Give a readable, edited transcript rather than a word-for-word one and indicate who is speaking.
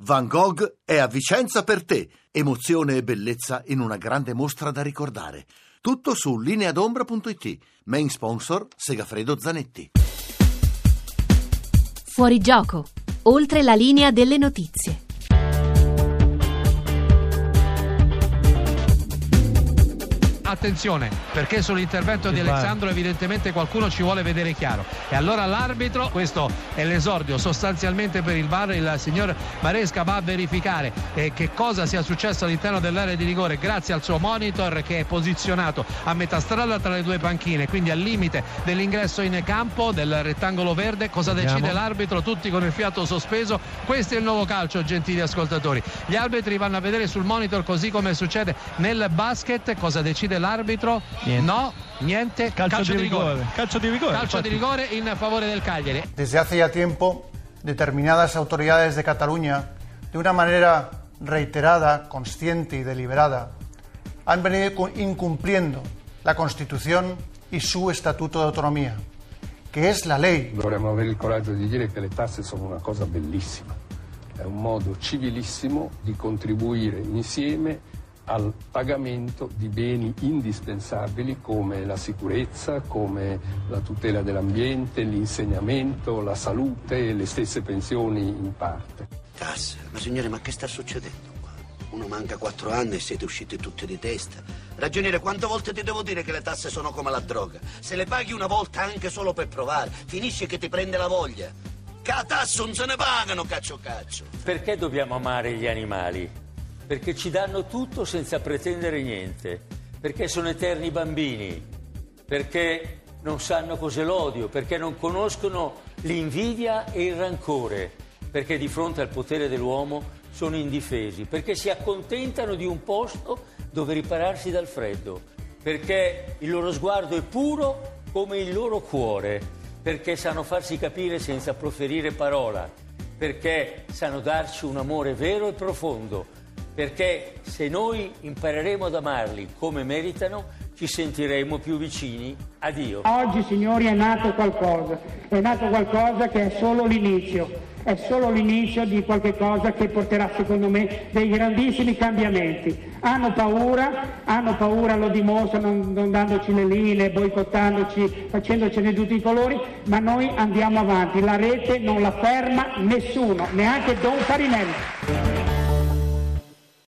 Speaker 1: Van Gogh è a Vicenza per te. Emozione e bellezza in una grande mostra da ricordare. Tutto su lineadombra.it. Main sponsor Segafredo Zanetti.
Speaker 2: Fuori gioco. Oltre la linea delle notizie.
Speaker 3: Attenzione, perché sull'intervento di Alessandro evidentemente qualcuno ci vuole vedere chiaro. E allora l'arbitro, questo è l'esordio sostanzialmente per il VAR, il signor Maresca va a verificare che cosa sia successo all'interno dell'area di rigore grazie al suo monitor che è posizionato a metà strada tra le due panchine, quindi al limite dell'ingresso in campo del rettangolo verde. Cosa decide l'arbitro? Tutti con il fiato sospeso. Questo è il nuovo calcio, gentili ascoltatori. Gli arbitri vanno a vedere sul monitor, così come succede nel basket. Cosa decide l'arbitro?
Speaker 4: Niente.
Speaker 3: No, niente. Calcio di rigore.
Speaker 4: Calcio di rigore.
Speaker 3: Calcio di rigore in favore del Cagliari.
Speaker 5: Desde hace ya tiempo, determinadas autoridades de Cataluña, de una manera reiterada, consciente y deliberada, han venido incumpliendo la Constitución y su Estatuto de Autonomía, que es la ley.
Speaker 6: Dovremmo avere il coraggio di dire che le tasse sono una cosa bellissima, è un modo civilissimo di contribuire insieme al pagamento di beni indispensabili come la sicurezza, come la tutela dell'ambiente, l'insegnamento, la salute e le stesse pensioni in parte.
Speaker 7: Tasse? Ma signore, ma che sta succedendo qua? Uno manca 4 anni e siete usciti tutti di testa. Ragioniere, quante volte ti devo dire che le tasse sono come la droga? Se le paghi una volta anche solo per provare, finisce che ti prende la voglia. Che a tasse non se ne pagano, caccio.
Speaker 8: Perché dobbiamo amare gli animali? Perché ci danno tutto senza pretendere niente, perché sono eterni bambini, perché non sanno cos'è l'odio, perché non conoscono l'invidia e il rancore, perché di fronte al potere dell'uomo sono indifesi, perché si accontentano di un posto dove ripararsi dal freddo, perché il loro sguardo è puro come il loro cuore, perché sanno farsi capire senza proferire parola, perché sanno darci un amore vero e profondo, perché se noi impareremo ad amarli come meritano, ci sentiremo più vicini a Dio.
Speaker 9: Oggi, signori, è nato qualcosa che è solo l'inizio di qualche cosa che porterà, secondo me, dei grandissimi cambiamenti. Hanno paura, lo dimostrano non dandoci le linee, boicottandoci, facendocene tutti i colori, ma noi andiamo avanti. La rete non la ferma nessuno, neanche Don Farinelli.